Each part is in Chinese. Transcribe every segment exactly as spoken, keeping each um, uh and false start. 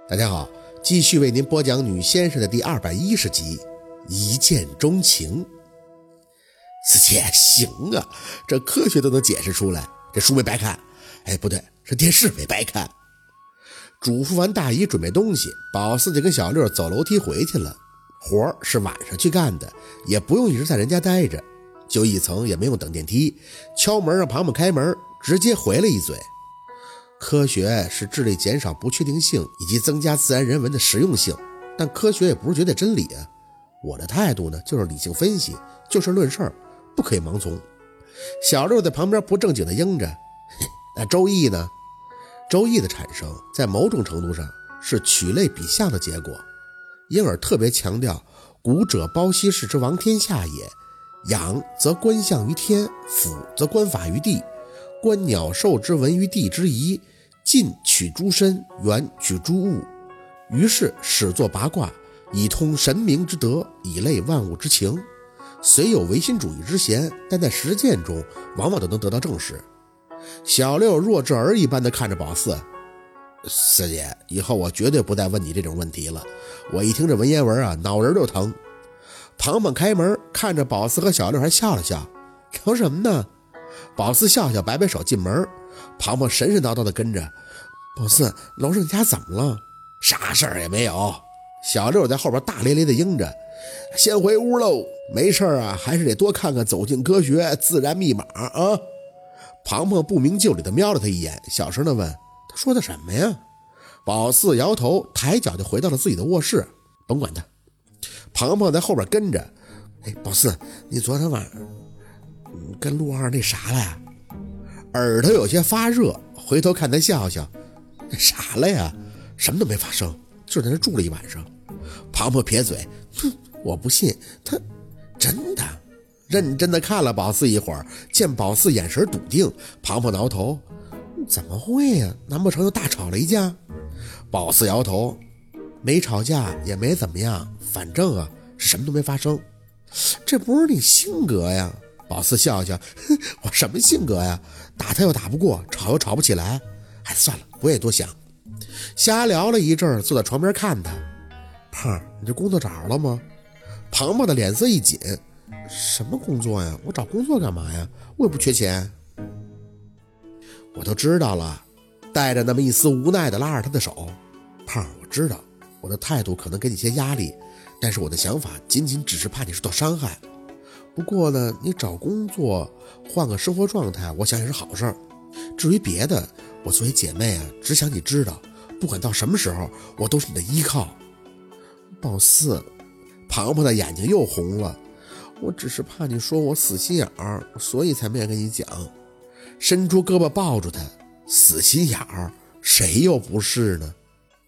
大家好，继续为您播讲女先生的第二百一十集，一见钟情。四姐，行啊，这科学都能解释出来，这书没白看。哎，不对，是电视没白看。嘱咐完大姨准备东西，宝四就跟小六走楼梯回去了。活儿是晚上去干的，也不用一直在人家待着，就一层也没用等电梯，敲门让庞庞开门，直接回了一嘴。科学是致力减少不确定性以及增加自然人文的实用性，但科学也不是绝对真理啊。我的态度呢，就是理性分析，就事论事，不可以盲从。小六在旁边不正经的应着。那周易呢？周易的产生在某种程度上是取类比象的结果，因而特别强调古者包羲氏之王天下也，养则观象于天，辅则观法于地，观鸟兽之文于地之宜，近取诸身，远取诸物。于是始作八卦，以通神明之德，以类万物之情。虽有唯心主义之嫌，但在实践中往往都能得到证实。小六弱智儿一般的看着宝四，四姐，以后我绝对不再问你这种问题了，我一听这文言文啊，脑仁就疼。庞庞开门，看着宝四和小六还笑了笑，聊什么呢？宝四笑笑摆摆手进门，庞庞神神叨叨的跟着。宝四，楼上家怎么了？啥事儿也没有。小六在后边大咧咧的应着。先回屋喽，没事啊，还是得多看看走进科学自然密码啊。庞庞不明就里的瞄了他一眼，小声的问，他说的什么呀？宝四摇头，抬脚就回到了自己的卧室。甭管他。庞庞在后边跟着。哎，宝四，你昨天晚上跟陆二那啥了呀？耳朵有些发热，回头看他笑笑，那啥了呀？什么都没发生，就在那住了一晚上。庞庞撇嘴，哼，我不信，他真的。认真的看了宝四一会儿，见宝四眼神笃定，庞庞挠头，怎么会呀？难不成又大吵了一架？宝四摇头，没吵架也没怎么样，反正啊是什么都没发生。这不是你性格呀？宝四笑笑，哼，我什么性格呀？打他又打不过，吵又吵不起来。哎，算了，不也多想。瞎聊了一阵，坐在床边看他。胖，你这工作找着了吗？庞庞的脸色一紧，什么工作呀？我找工作干嘛呀？我也不缺钱。我都知道了，带着那么一丝无奈的拉着他的手。胖，我知道我的态度可能给你些压力，但是我的想法仅仅只是怕你受到伤害。不过呢，你找工作换个生活状态，我想也是好事儿。至于别的，我作为姐妹啊，只想你知道，不管到什么时候，我都是你的依靠。宝四，庞庞的眼睛又红了。我只是怕你说我死心眼儿，所以才没跟你讲。伸出胳膊抱住他，死心眼儿，谁又不是呢？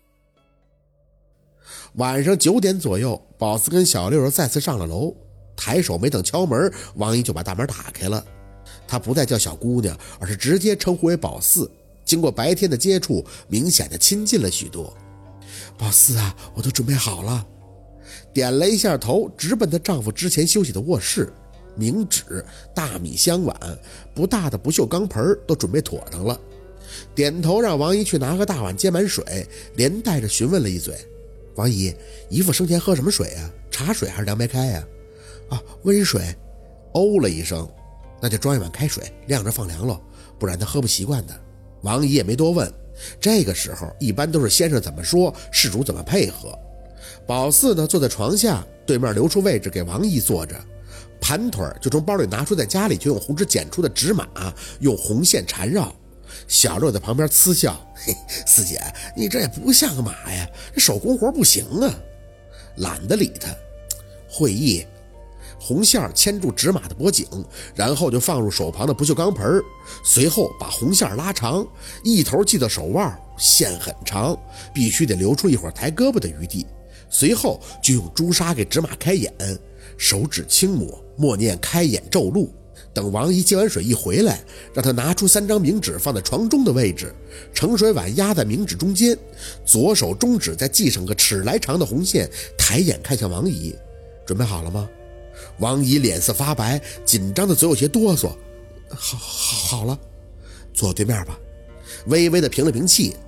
晚上九点左右，宝四跟小六再次上了楼，抬手没等敲门，王姨就把大门打开了。她不再叫小姑娘，而是直接称呼为宝四。经过白天的接触，明显的亲近了许多。宝四啊，我都准备好了。点了一下头，直奔她丈夫之前休息的卧室。明纸、大米香碗、不大的不锈钢盆都准备妥当了。点头让王姨去拿个大碗接满水，连带着询问了一嘴。王姨，姨父生前喝什么水啊？茶水还是凉白开呀？啊，温水。哦了一声，那就装一碗开水，晾着放凉了，不然他喝不习惯的。王姨也没多问，这个时候一般都是先生怎么说，事主怎么配合。宝四呢，坐在床下，对面留出位置给王姨坐着，盘腿就从包里拿出在家里就用红纸剪出的纸马，用红线缠绕。小六在旁边嗤笑，嘿，四姐，你这也不像个马呀，这手工活不行啊。懒得理他。会意。红线牵住纸马的脖颈，然后就放入手旁的不锈钢盆，随后把红线拉长，一头系到手腕，线很长，必须得留出一会儿抬胳膊的余地。随后就用朱砂给纸马开眼，手指轻抹，默念开眼咒录。等王姨接完水一回来，让她拿出三张冥纸放在床中的位置，盛水碗压在冥纸中间，左手中指再系上个尺来长的红线，抬眼看向王姨。准备好了吗？王姨脸色发白，紧张的嘴有些哆嗦。好好好了，坐我对面吧。微微的平了平气。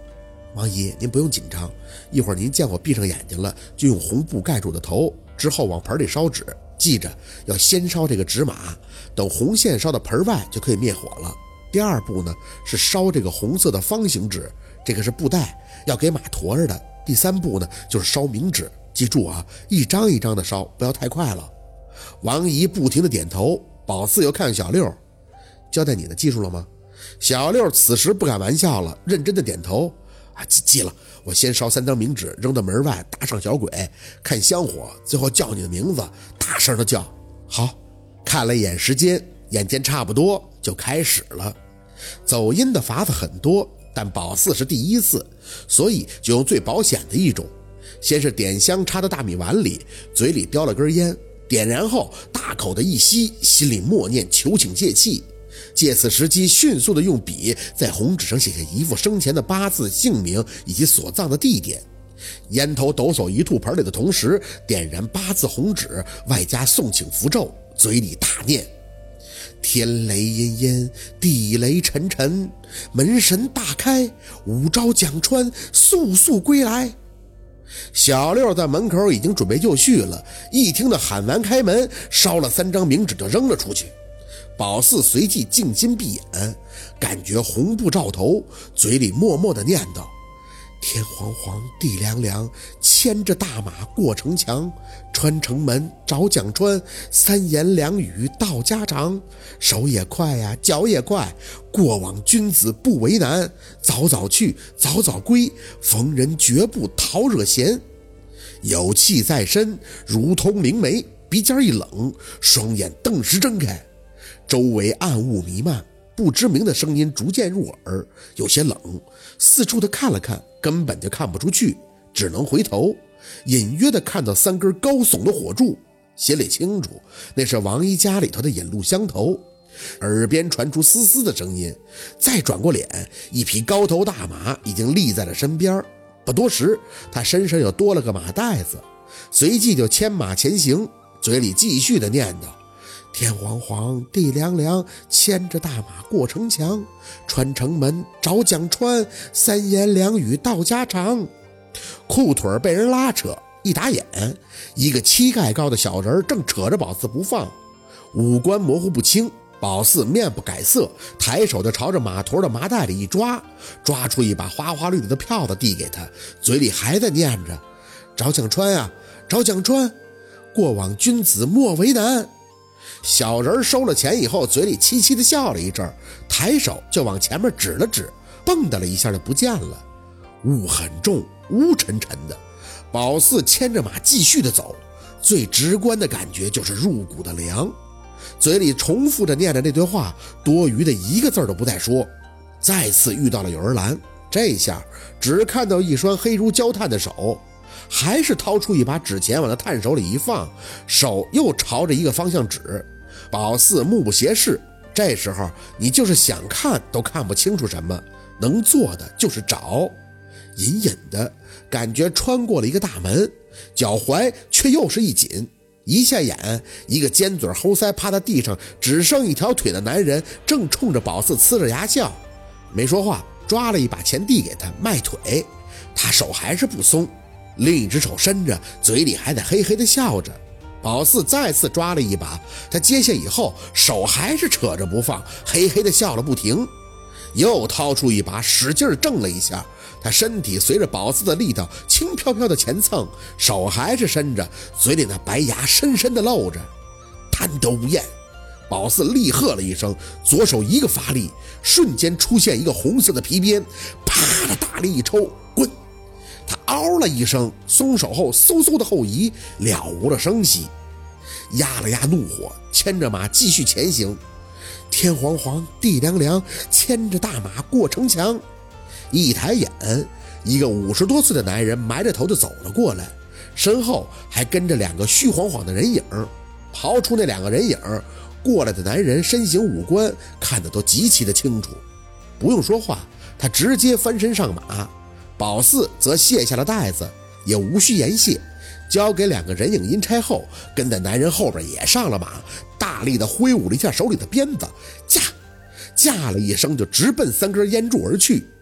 王姨您不用紧张，一会儿您见我闭上眼睛了，就用红布盖住的头，之后往盆里烧纸，记着要先烧这个纸马，等红线烧到盆外就可以灭火了。第二步呢是烧这个红色的方形纸，这个是布袋，要给马驮着的。第三步呢就是烧冥纸，记住啊，一张一张的烧，不要太快了。王姨不停的点头，宝四又看小六，交代你的记住了吗？小六此时不敢玩笑了，认真的点头，啊，记记了，我先烧三张冥纸，扔到门外，搭上小鬼，看香火，最后叫你的名字，大声的叫。好，看了一眼时间，眼见差不多就开始了。走音的法子很多，但宝四是第一次，所以就用最保险的一种。先是点香插到大米碗里，嘴里叼了根烟，点燃后大口的一吸，心里默念求请借气。借此时机，迅速的用笔在红纸上写下一副生前的八字、姓名以及所葬的地点。烟头抖擞一吐盆里的同时，点燃八字红纸，外加诵请符咒，嘴里大念：天雷阴阴，地雷沉沉，门神大开，五招蒋川速速归来。小六在门口已经准备就绪了，一听到喊完开门，烧了三张冥纸就扔了出去。宝四随即静心闭眼，感觉红布罩头，嘴里默默地念叨：天黄黄，地凉凉，牵着大马过城墙，穿城门，找蒋川，三言两语道家常，手也快呀、啊，脚也快，过往君子不为难，早早去，早早归，逢人绝不讨惹闲。有气在身，如通灵媒，鼻尖一冷，双眼顿时睁开。周围暗雾弥漫，不知名的声音逐渐入耳，有些冷。四处的看了看，根本就看不出去，只能回头，隐约的看到三根高耸的火柱，心里清楚那是王一家里头的引路香头。耳边传出嘶嘶的声音，再转过脸，一匹高头大马已经立在了身边。不多时，他身上又多了个马袋子，随即就牵马前行，嘴里继续的念叨：天黄黄，地凉凉，牵着大马过城墙，穿城门，找蒋川，三言两语道家常。裤腿被人拉扯，一打眼，一个膝盖高的小人正扯着宝四不放，五官模糊不清。宝四面不改色，抬手就朝着马头的麻袋里一抓，抓出一把花花绿绿的票子递给他，嘴里还在念着：找蒋川啊，找蒋川，过往君子莫为难。小人收了钱以后，嘴里凄凄的笑了一阵，抬手就往前面指了指，蹦跶了一下就不见了。雾很重，乌沉沉的。宝四牵着马继续的走，最直观的感觉就是入骨的凉，嘴里重复着念着那堆话，多余的一个字都不再说。再次遇到了有人拦，这下只看到一双黑如焦炭的手，还是掏出一把纸钱往他炭手里一放，手又朝着一个方向指。宝四目不斜视，这时候你就是想看都看不清楚什么，能做的就是找。隐隐的感觉穿过了一个大门，脚踝却又是一紧，一下眼，一个尖嘴猴腮趴在地上只剩一条腿的男人正冲着宝四呲着牙笑，没说话，抓了一把钱递给他迈腿，他手还是不松，另一只手伸着，嘴里还在嘿嘿的笑着。宝四再次抓了一把，他接下以后手还是扯着不放，嘿嘿的笑了不停，又掏出一把使劲挣了一下，他身体随着宝四的力道轻飘飘的前蹭，手还是伸着，嘴里那白牙深深的露着。贪得无厌，宝四厉喝了一声，左手一个发力，瞬间出现一个红色的皮鞭，啪的大力一抽，滚！他嗷了一声，松手后嗖嗖的后移，了无了声息。压了压怒火，牵着马继续前行。天黄黄，地凉凉，牵着大马过城墙。一抬眼，一个五十多岁的男人埋着头就走了过来，身后还跟着两个虚晃晃的人影。刨出那两个人影，过来的男人身形五官看得都极其的清楚。不用说话，他直接翻身上马。宝四则卸下了带子，也无需言谢，交给两个人影阴差后，跟在男人后边也上了马，大力的挥舞了一下手里的鞭子，驾驾了一声就直奔三根烟柱而去。